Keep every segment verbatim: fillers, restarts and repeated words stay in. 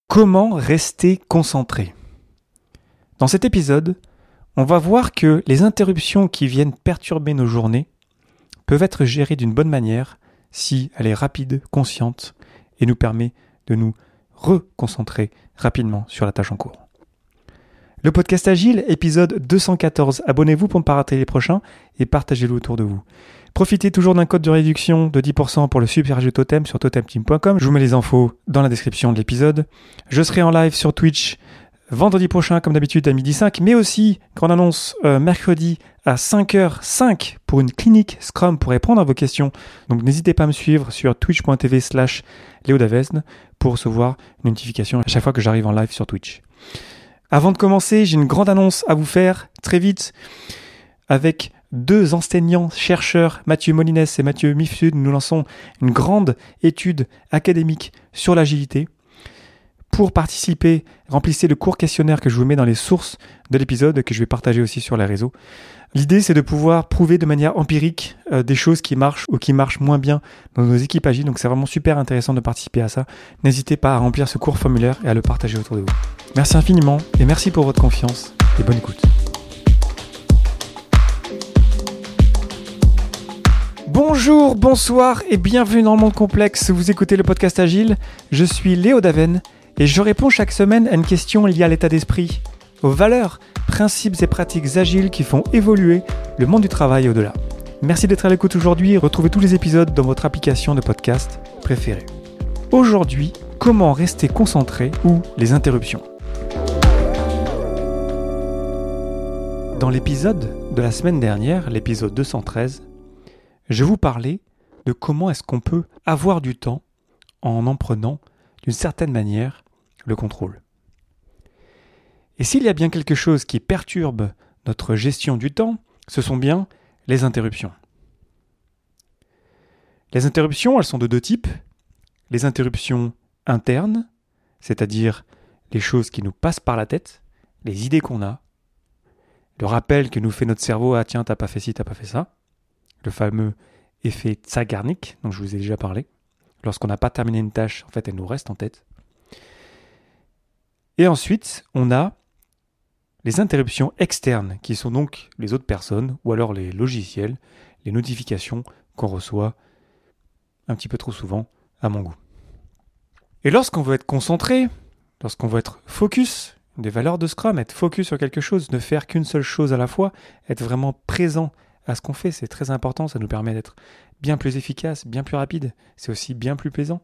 Comment rester concentré ? Dans cet épisode, on va voir que les interruptions qui viennent perturber nos journées peuvent être gérées d'une bonne manière si elle est rapide, consciente et nous permet de nous reconcentrer rapidement sur la tâche en cours. Le podcast Agile, épisode deux cent quatorze. Abonnez-vous pour ne pas rater les prochains et partagez-le autour de vous. Profitez toujours d'un code de réduction de dix pour cent pour le super jeu Totem sur totem team point com. Je vous mets les infos dans la description de l'épisode. Je serai en live sur Twitch vendredi prochain, comme d'habitude, à midi cinq, mais aussi, grande annonce, euh, mercredi à cinq heures cinq pour une clinique Scrum pour répondre à vos questions. Donc n'hésitez pas à me suivre sur twitch point tv slash léodavesne pour recevoir une notification à chaque fois que j'arrive en live sur Twitch. Avant de commencer, j'ai une grande annonce à vous faire très vite. Avec deux enseignants chercheurs, Mathieu Molines et Mathieu Mifsud, nous lançons une grande étude académique sur l'agilité. Pour participer, remplissez le court questionnaire que je vous mets dans les sources de l'épisode et que je vais partager aussi sur les réseaux. L'idée, c'est de pouvoir prouver de manière empirique euh, des choses qui marchent ou qui marchent moins bien dans nos équipes agiles. Donc, c'est vraiment super intéressant de participer à ça. N'hésitez pas à remplir ce court formulaire et à le partager autour de vous. Merci infiniment et merci pour votre confiance et bonne écoute. Bonjour, bonsoir et bienvenue dans le monde complexe. Vous écoutez le podcast Agile. Je suis Léo Daven et je réponds chaque semaine à une question liée à l'état d'esprit, aux valeurs, principes et pratiques agiles qui font évoluer le monde du travail et au-delà. Merci d'être à l'écoute aujourd'hui et retrouvez tous les épisodes dans votre application de podcast préférée. Aujourd'hui, comment rester concentré ou les interruptions. Dans l'épisode de la semaine dernière, l'épisode deux cent treize, je vous parlais de comment est-ce qu'on peut avoir du temps en en prenant d'une certaine manière le contrôle. Et s'il y a bien quelque chose qui perturbe notre gestion du temps, ce sont bien les interruptions. Les interruptions, elles sont de deux types. Les interruptions internes, c'est-à-dire les choses qui nous passent par la tête, les idées qu'on a, le rappel que nous fait notre cerveau « Ah tiens, t'as pas fait ci, t'as pas fait ça », le fameux effet Zeigarnik, dont je vous ai déjà parlé. Lorsqu'on n'a pas terminé une tâche, en fait, elle nous reste en tête. Et ensuite, on a les interruptions externes, qui sont donc les autres personnes, ou alors les logiciels, les notifications qu'on reçoit un petit peu trop souvent, à mon goût. Et lorsqu'on veut être concentré, lorsqu'on veut être focus, des valeurs de Scrum, être focus sur quelque chose, ne faire qu'une seule chose à la fois, être vraiment présent à ce qu'on fait, c'est très important, ça nous permet d'être bien plus efficace, bien plus rapide, c'est aussi bien plus plaisant.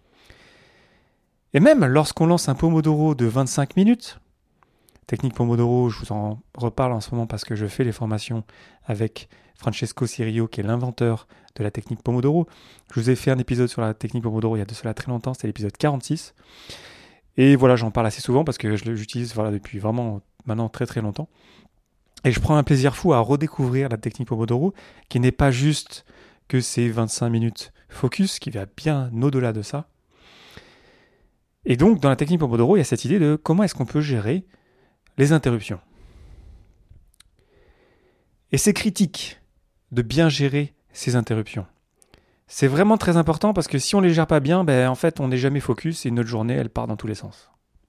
Et même lorsqu'on lance un Pomodoro de vingt-cinq minutes, technique Pomodoro, je vous en reparle en ce moment parce que je fais les formations avec Francesco Cirio, qui est l'inventeur de la technique Pomodoro. Je vous ai fait un épisode sur la technique Pomodoro il y a de cela très longtemps, c'était l'épisode quarante-six. Et voilà, j'en parle assez souvent parce que je l'utilise voilà, depuis vraiment maintenant très très longtemps. Et je prends un plaisir fou à redécouvrir la technique Pomodoro, qui n'est pas juste que ces vingt-cinq minutes focus, qui va bien au-delà de ça. Et donc, dans la technique Pomodoro, il y a cette idée de comment est-ce qu'on peut gérer les interruptions. Et c'est critique de bien gérer ces interruptions. C'est vraiment très important parce que si on ne les gère pas bien, ben, en fait, on n'est jamais focus et notre journée, elle part dans tous les sens.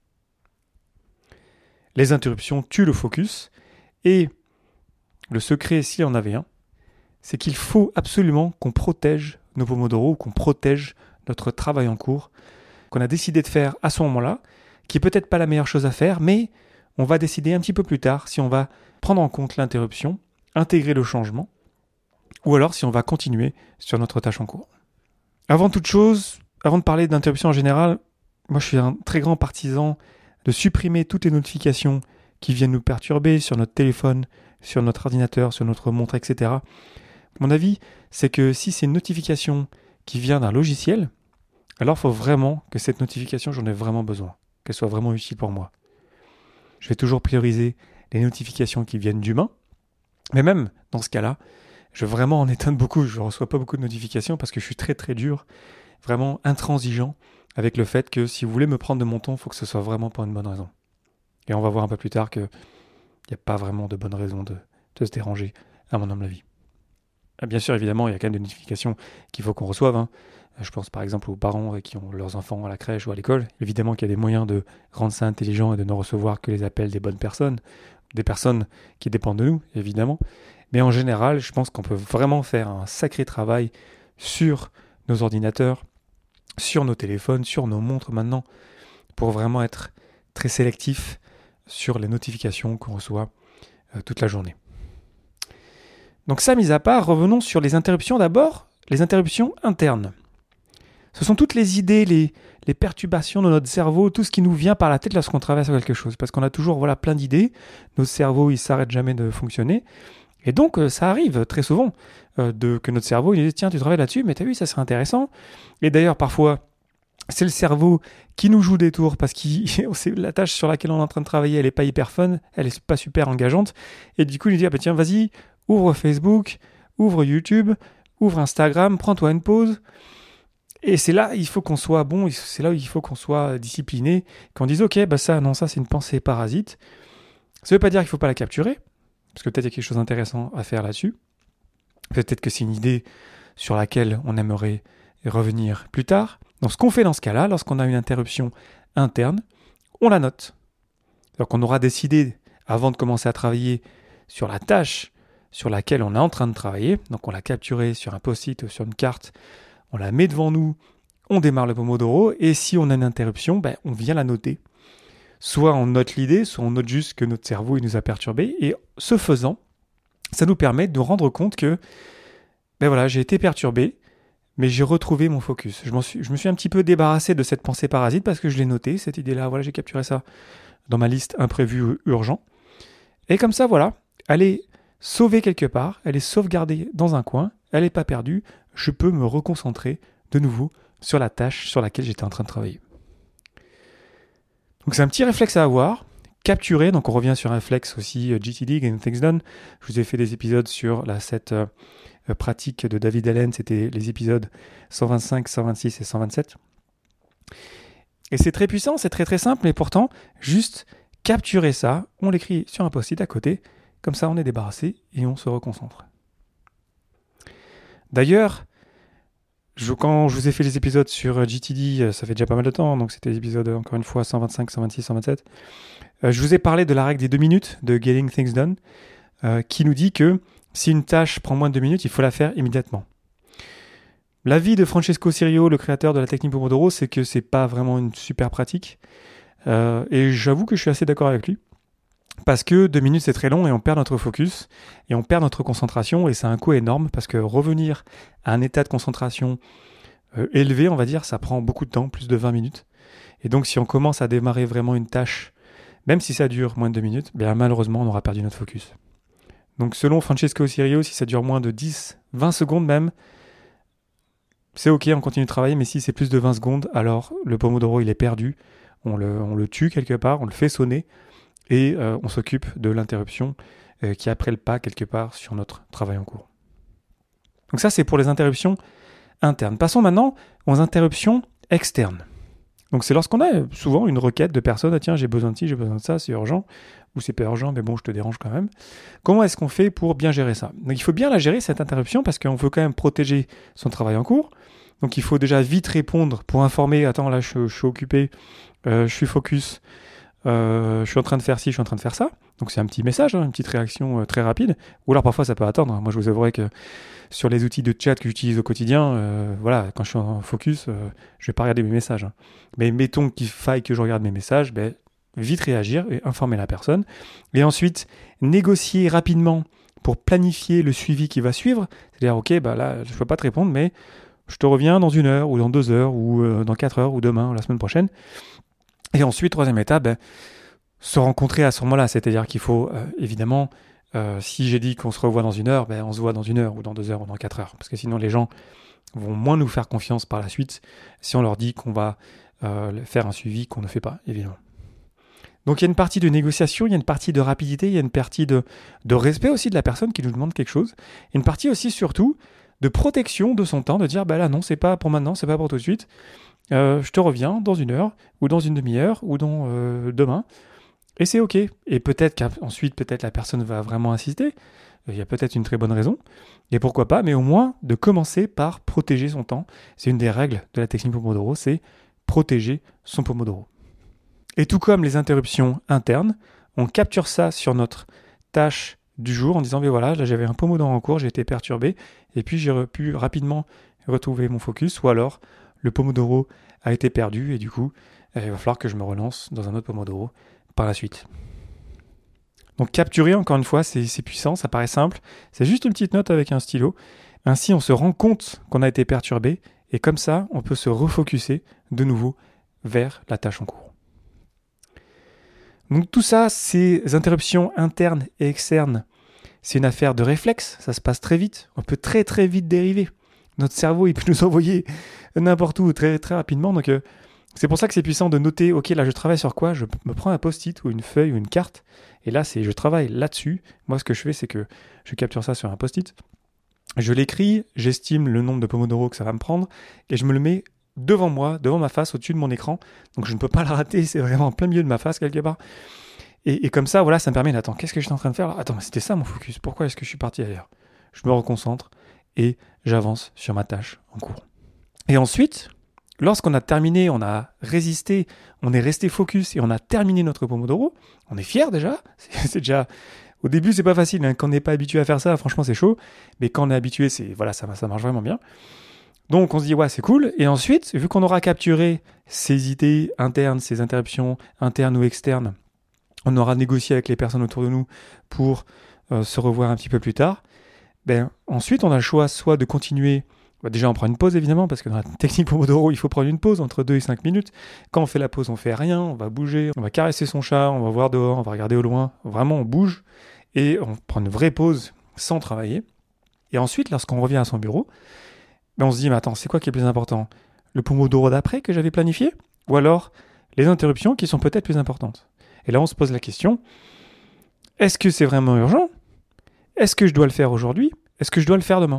Les interruptions tuent le focus. Et le secret, s'il y en avait un, c'est qu'il faut absolument qu'on protège nos Pomodoro ou qu'on protège notre travail en cours qu'on a décidé de faire à ce moment-là, qui n'est peut-être pas la meilleure chose à faire, mais on va décider un petit peu plus tard si on va prendre en compte l'interruption, intégrer le changement, ou alors si on va continuer sur notre tâche en cours. Avant toute chose, avant de parler d'interruption en général, moi je suis un très grand partisan de supprimer toutes les notifications qui viennent nous perturber sur notre téléphone, sur notre ordinateur, sur notre montre, et cetera. Mon avis, c'est que si c'est une notification qui vient d'un logiciel, alors il faut vraiment que cette notification, j'en ai vraiment besoin, qu'elle soit vraiment utile pour moi. Je vais toujours prioriser les notifications qui viennent d'humains, mais même dans ce cas-là, je vais vraiment en éteindre beaucoup, je ne reçois pas beaucoup de notifications parce que je suis très très dur, vraiment intransigeant avec le fait que si vous voulez me prendre de mon temps, il faut que ce soit vraiment pour une bonne raison. Et on va voir un peu plus tard qu'il n'y a pas vraiment de bonne raison de, de se déranger, à mon humble avis. Bien sûr, évidemment, il y a quand même des notifications qu'il faut qu'on reçoive. Hein. Je pense par exemple aux parents qui ont leurs enfants à la crèche ou à l'école. Évidemment qu'il y a des moyens de rendre ça intelligent et de ne recevoir que les appels des bonnes personnes, des personnes qui dépendent de nous, évidemment. Mais en général, je pense qu'on peut vraiment faire un sacré travail sur nos ordinateurs, sur nos téléphones, sur nos montres maintenant, pour vraiment être très sélectif sur les notifications qu'on reçoit euh, toute la journée. Donc ça, mis à part, revenons sur les interruptions d'abord, les interruptions internes. Ce sont toutes les idées, les, les perturbations de notre cerveau, tout ce qui nous vient par la tête lorsqu'on travaille sur quelque chose. Parce qu'on a toujours voilà, plein d'idées, notre cerveau il ne s'arrête jamais de fonctionner. Et donc euh, ça arrive très souvent euh, de, que notre cerveau il dit tiens tu travailles là-dessus, mais t'as vu ça serait intéressant. Et d'ailleurs parfois c'est le cerveau qui nous joue des tours parce que la tâche sur laquelle on est en train de travailler elle n'est pas hyper fun, elle n'est pas super engageante. Et du coup il nous dit ah bah tiens vas-y, ouvre Facebook, ouvre YouTube, ouvre Instagram, prends-toi une pause. Et c'est là il faut qu'on soit bon, c'est là où il faut qu'on soit discipliné, qu'on dise ok bah ça non ça c'est une pensée parasite. Ça veut pas dire qu'il faut pas la capturer, parce que peut-être il y a quelque chose d'intéressant à faire là-dessus. Peut-être que c'est une idée sur laquelle on aimerait revenir plus tard. Donc ce qu'on fait dans ce cas-là, lorsqu'on a une interruption interne, on la note. Donc on aura décidé, avant de commencer à travailler sur la tâche sur laquelle on est en train de travailler, donc on l'a capturée sur un post-it ou sur une carte, on la met devant nous, on démarre le Pomodoro, et si on a une interruption, ben, on vient la noter. Soit on note l'idée, soit on note juste que notre cerveau il nous a perturbé, et ce faisant, ça nous permet de nous rendre compte que ben voilà, j'ai été perturbé, mais j'ai retrouvé mon focus. Je, m'en suis, je me suis un petit peu débarrassé de cette pensée parasite parce que je l'ai noté, cette idée-là, voilà, j'ai capturé ça dans ma liste imprévu urgent. Et comme ça, voilà, elle est sauvée quelque part, elle est sauvegardée dans un coin, elle n'est pas perdue, je peux me reconcentrer de nouveau sur la tâche sur laquelle j'étais en train de travailler. Donc c'est un petit réflexe à avoir, capturer, donc on revient sur un réflexe aussi G T D, Getting Things Done. Je vous ai fait des épisodes sur la cette euh, pratique de David Allen, c'était les épisodes cent vingt-cinq, cent vingt-six et cent vingt-sept. Et c'est très puissant, c'est très très simple, mais pourtant, juste capturer ça, on l'écrit sur un post-it à côté, comme ça on est débarrassé et on se reconcentre. D'ailleurs, je, quand je vous ai fait les épisodes sur G T D, ça fait déjà pas mal de temps, donc c'était les épisodes encore une fois cent vingt-cinq, cent vingt-six, cent vingt-sept. Euh, je vous ai parlé de la règle des deux minutes de Getting Things Done, euh, qui nous dit que si une tâche prend moins de deux minutes, il faut la faire immédiatement. L'avis de Francesco Cirio, le créateur de la technique Pomodoro, c'est que c'est pas vraiment une super pratique. Euh, et j'avoue que je suis assez d'accord avec lui. Parce que deux minutes c'est très long et on perd notre focus et on perd notre concentration et c'est un coût énorme parce que revenir à un état de concentration euh, élevé, on va dire, ça prend beaucoup de temps, plus de vingt minutes. Et donc si on commence à démarrer vraiment une tâche, même si ça dure moins de deux minutes, bien malheureusement on aura perdu notre focus. Donc selon Francesco Cirio, si ça dure moins de dix, vingt secondes même, c'est ok, on continue de travailler, mais si c'est plus de vingt secondes, alors le Pomodoro il est perdu, on le, on le tue quelque part, on le fait sonner, et euh, on s'occupe de l'interruption euh, qui a pris le pas quelque part sur notre travail en cours. Donc ça, c'est pour les interruptions internes. Passons maintenant aux interruptions externes. Donc c'est lorsqu'on a souvent une requête de personnes, ah, tiens, j'ai besoin de ci, j'ai besoin de ça, c'est urgent, ou c'est pas urgent, mais bon, je te dérange quand même. Comment est-ce qu'on fait pour bien gérer ça ? Donc il faut bien la gérer, cette interruption, parce qu'on veut quand même protéger son travail en cours. Donc il faut déjà vite répondre pour informer, attends, là, je, je suis occupé, euh, je suis focus, Euh, je suis en train de faire ci, je suis en train de faire ça. Donc c'est un petit message, hein, une petite réaction euh, très rapide. Ou alors parfois ça peut attendre. Moi je vous avouerai que sur les outils de chat que j'utilise au quotidien, euh, voilà, quand je suis en focus, euh, je vais pas regarder mes messages. Hein. Mais mettons qu'il faille que je regarde mes messages, ben, vite réagir et informer la personne. Et ensuite, négocier rapidement pour planifier le suivi qui va suivre. C'est-à-dire, ok, bah là, je peux pas te répondre, mais je te reviens dans une heure, ou dans deux heures, ou euh, dans quatre heures, ou demain, ou la semaine prochaine. Et ensuite, troisième étape, ben, se rencontrer à ce moment-là. C'est-à-dire qu'il faut, euh, évidemment, euh, si j'ai dit qu'on se revoit dans une heure, ben, on se voit dans une heure, ou dans deux heures, ou dans quatre heures. Parce que sinon, les gens vont moins nous faire confiance par la suite si on leur dit qu'on va euh, faire un suivi qu'on ne fait pas, évidemment. Donc, il y a une partie de négociation, il y a une partie de rapidité, il y a une partie de, de respect aussi de la personne qui nous demande quelque chose. Et une partie aussi, surtout, de protection de son temps, de dire, bah là, non, c'est pas pour maintenant, c'est pas pour tout de suite. Euh, je te reviens dans une heure, ou dans une demi-heure, ou dans euh, demain, et c'est ok. Et peut-être qu'ensuite, peut-être la personne va vraiment insister, il y a peut-être une très bonne raison, et pourquoi pas, mais au moins de commencer par protéger son temps. C'est une des règles de la technique Pomodoro, c'est protéger son Pomodoro. Et tout comme les interruptions internes, on capture ça sur notre tâche du jour en disant, mais voilà, là j'avais un Pomodoro en cours, j'ai été perturbé, et puis j'ai pu rapidement retrouver mon focus, ou alors le Pomodoro a été perdu, et du coup, il va falloir que je me relance dans un autre Pomodoro par la suite. Donc capturer, encore une fois, c'est, c'est puissant, ça paraît simple, c'est juste une petite note avec un stylo. Ainsi, on se rend compte qu'on a été perturbé, et comme ça, on peut se refocuser de nouveau vers la tâche en cours. Donc tout ça, ces interruptions internes et externes, c'est une affaire de réflexe, ça se passe très vite, on peut très très vite dériver. Notre cerveau, il peut nous envoyer n'importe où très très rapidement, donc euh, c'est pour ça que c'est puissant de noter, ok, là je travaille sur quoi, je me prends un post-it ou une feuille ou une carte, et là c'est je travaille là-dessus. Moi ce que je fais, c'est que je capture ça sur un post-it, je l'écris, j'estime le nombre de Pomodoro que ça va me prendre, et je me le mets devant moi, devant ma face, au-dessus de mon écran, donc je ne peux pas le rater, c'est vraiment en plein milieu de ma face quelque part. Et, et comme ça, voilà, ça me permet d'attendre, qu'est-ce que j'étais en train de faire là ? Attends, mais c'était ça mon focus, pourquoi est-ce que je suis parti ailleurs ? Je me reconcentre et j'avance sur ma tâche en cours. Et ensuite, lorsqu'on a terminé, on a résisté, on est resté focus et on a terminé notre Pomodoro, on est fier déjà, c'est, c'est déjà... Au début, c'est pas facile, hein. Quand on n'est pas habitué à faire ça, franchement, c'est chaud, mais quand on est habitué, c'est voilà, ça, ça marche vraiment bien. Donc, on se dit, ouais, c'est cool, et ensuite, vu qu'on aura capturé ces idées internes, ces interruptions internes ou externes, on aura négocié avec les personnes autour de nous pour euh, se revoir un petit peu plus tard, ben, ensuite, on a le choix soit de continuer. Bah déjà, on prend une pause, évidemment, parce que dans la technique Pomodoro, il faut prendre une pause entre deux et cinq minutes. Quand on fait la pause, on fait rien, on va bouger, on va caresser son chat, on va voir dehors, on va regarder au loin. Vraiment, on bouge et on prend une vraie pause sans travailler. Et ensuite, lorsqu'on revient à son bureau, ben on se dit, mais attends, c'est quoi qui est plus important ? Le Pomodoro d'après que j'avais planifié ? Ou alors les interruptions qui sont peut-être plus importantes ? Et là, on se pose la question, est-ce que c'est vraiment urgent ? Est-ce que je dois le faire aujourd'hui ? Est-ce que je dois le faire demain ?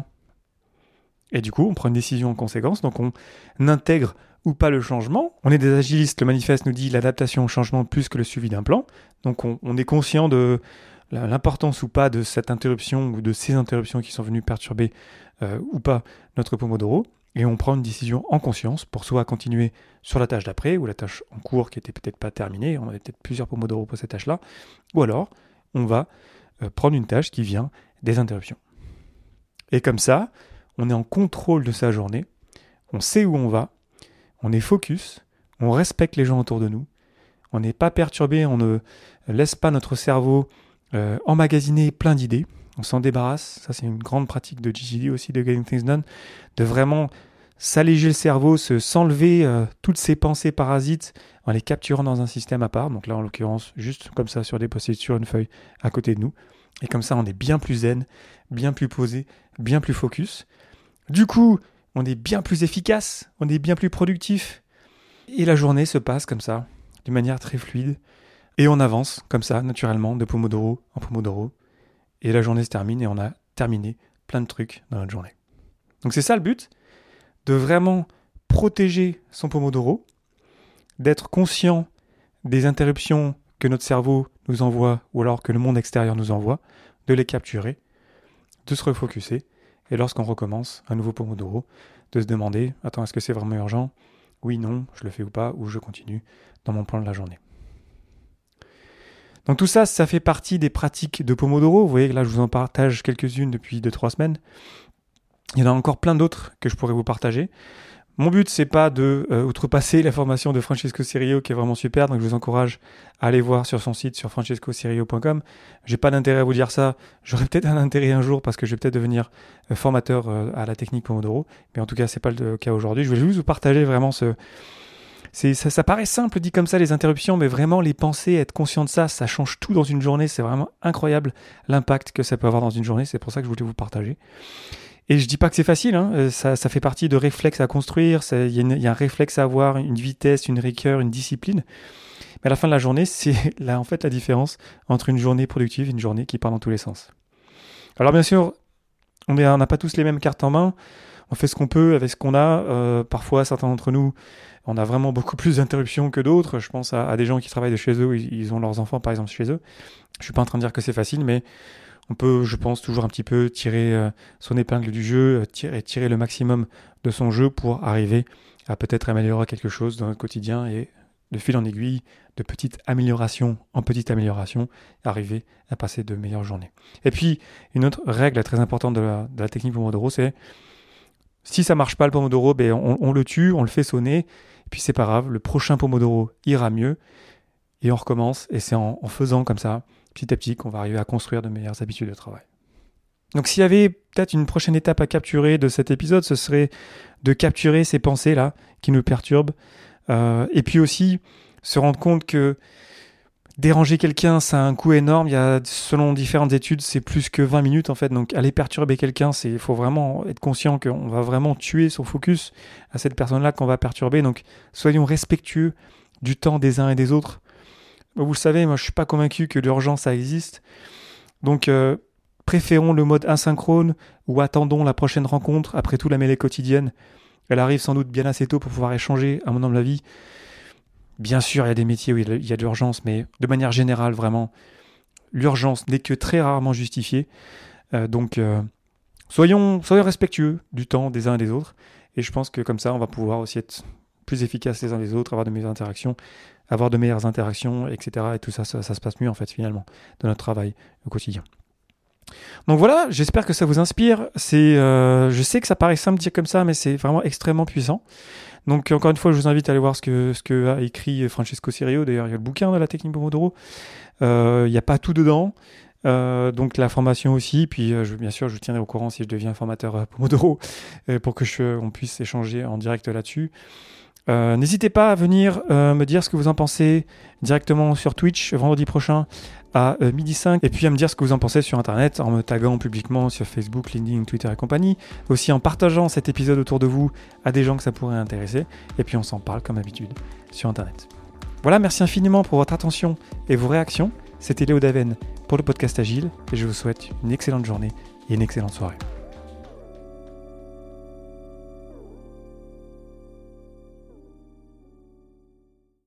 Et du coup, on prend une décision en conséquence, donc on intègre ou pas le changement. On est des agilistes, le manifeste nous dit l'adaptation au changement plus que le suivi d'un plan. Donc on, on est conscient de l'importance ou pas de cette interruption ou de ces interruptions qui sont venues perturber euh, ou pas notre Pomodoro. Et on prend une décision en conscience pour soit continuer sur la tâche d'après ou la tâche en cours qui n'était peut-être pas terminée, on avait peut-être plusieurs Pomodoro pour cette tâche-là, ou alors on va euh, prendre une tâche qui vient des interruptions. Et comme ça, on est en contrôle de sa journée, on sait où on va, on est focus, on respecte les gens autour de nous, on n'est pas perturbé, on ne laisse pas notre cerveau euh, emmagasiner plein d'idées, on s'en débarrasse. Ça, c'est une grande pratique de G T D aussi, de Getting Things Done, de vraiment s'alléger le cerveau, se, s'enlever euh, toutes ces pensées parasites en les capturant dans un système à part. Donc là, en l'occurrence, juste comme ça, sur des post-it, sur une feuille à côté de nous. Et comme ça, on est bien plus zen, bien plus posé, bien plus focus. Du coup, on est bien plus efficace, on est bien plus productif. Et la journée se passe comme ça, d'une manière très fluide. Et on avance comme ça, naturellement, de Pomodoro en Pomodoro. Et la journée se termine et on a terminé plein de trucs dans notre journée. Donc c'est ça le but, de vraiment protéger son Pomodoro, d'être conscient des interruptions que notre cerveau nous envoie ou alors que le monde extérieur nous envoie, de les capturer, de se refocuser. Et lorsqu'on recommence un nouveau Pomodoro, de se demander, attends, est-ce que c'est vraiment urgent ? Oui, non, je le fais ou pas, ou je continue dans mon plan de la journée. Donc tout ça, ça fait partie des pratiques de Pomodoro. Vous voyez que là, je vous en partage quelques-unes depuis deux trois semaines. Il y en a encore plein d'autres que je pourrais vous partager. Mon but, c'est pas de euh, outrepasser la formation de Francesco Cirio qui est vraiment super, donc je vous encourage à aller voir sur son site sur francesco cirio point com. J'ai pas d'intérêt à vous dire ça. J'aurai peut-être un intérêt un jour parce que je vais peut-être devenir euh, formateur euh, à la technique Pomodoro, mais en tout cas, c'est pas le cas aujourd'hui. Je vais juste vous partager vraiment ce... C'est, ça, ça paraît simple dit comme ça, les interruptions, mais vraiment les pensées, être conscient de ça, ça change tout dans une journée. C'est vraiment incroyable l'impact que ça peut avoir dans une journée. C'est pour ça que je voulais vous partager. Et je dis pas que c'est facile, hein. ça, ça fait partie de réflexes à construire, il y, y a un réflexe à avoir, une vitesse, une rigueur, une discipline. Mais à la fin de la journée, c'est là en fait la différence entre une journée productive et une journée qui part dans tous les sens. Alors bien sûr, on n'a pas tous les mêmes cartes en main, on fait ce qu'on peut avec ce qu'on a. Euh, parfois, certains d'entre nous, on a vraiment beaucoup plus d'interruptions que d'autres. Je pense à, à des gens qui travaillent de chez eux, ils, ils ont leurs enfants par exemple chez eux. Je suis pas en train de dire que c'est facile, mais On peut, je pense, toujours un petit peu tirer euh, son épingle du jeu, euh, tirer, tirer le maximum de son jeu pour arriver à peut-être améliorer quelque chose dans notre quotidien et de fil en aiguille, de petite amélioration en petite amélioration, arriver à passer de meilleures journées. Et puis, une autre règle très importante de la, de la technique Pomodoro, c'est si ça marche pas le Pomodoro, ben on, on le tue, on le fait sonner, et puis c'est pas grave, le prochain Pomodoro ira mieux, et on recommence, et c'est en, en faisant comme ça, petit à petit, qu'on va arriver à construire de meilleures habitudes de travail. Donc s'il y avait peut-être une prochaine étape à capturer de cet épisode, ce serait de capturer ces pensées-là qui nous perturbent, euh, et puis aussi se rendre compte que déranger quelqu'un, ça a un coût énorme. Il y a, selon différentes études, c'est plus que vingt minutes en fait. Donc aller perturber quelqu'un, c'est, il faut vraiment être conscient qu'on va vraiment tuer son focus à cette personne-là qu'on va perturber. Donc soyons respectueux du temps des uns et des autres. Vous le savez, moi je suis pas convaincu que l'urgence ça existe. Donc euh, préférons le mode asynchrone ou attendons la prochaine rencontre. Après tout, la mêlée quotidienne, elle arrive sans doute bien assez tôt pour pouvoir échanger à un moment de la vie. Bien sûr, il y a des métiers où il y a de l'urgence, mais de manière générale, vraiment, l'urgence n'est que très rarement justifiée. Euh, donc, euh, soyons, soyons respectueux du temps des uns et des autres. Et je pense que comme ça, on va pouvoir aussi être plus efficaces les uns les autres, avoir de meilleures interactions, avoir de meilleures interactions, et cetera. Et tout ça, ça, ça se passe mieux, en fait, finalement, dans notre travail au quotidien. Donc voilà, j'espère que ça vous inspire. C'est, euh, je sais que ça paraît simple de dire comme ça, mais c'est vraiment extrêmement puissant. Donc encore une fois, je vous invite à aller voir ce que, ce que a écrit Francesco Cirio. D'ailleurs, il y a le bouquin de la technique Pomodoro. Euh, il n'y a pas tout dedans. Euh, donc la formation aussi. Puis euh, je, bien sûr, je vous tiendrai au courant si je deviens formateur euh, Pomodoro euh, pour que je, on puisse échanger en direct là-dessus. Euh, n'hésitez pas à venir euh, me dire ce que vous en pensez directement sur Twitch vendredi prochain à euh, midi cinq, et puis à me dire ce que vous en pensez sur internet en me taguant publiquement sur Facebook, LinkedIn, Twitter et compagnie, aussi en partageant cet épisode autour de vous à des gens que ça pourrait intéresser, et puis on s'en parle comme d'habitude sur internet. Voilà, merci infiniment pour votre attention et vos réactions. C'était Léo Daven pour le podcast Agile, et je vous souhaite une excellente journée et une excellente soirée.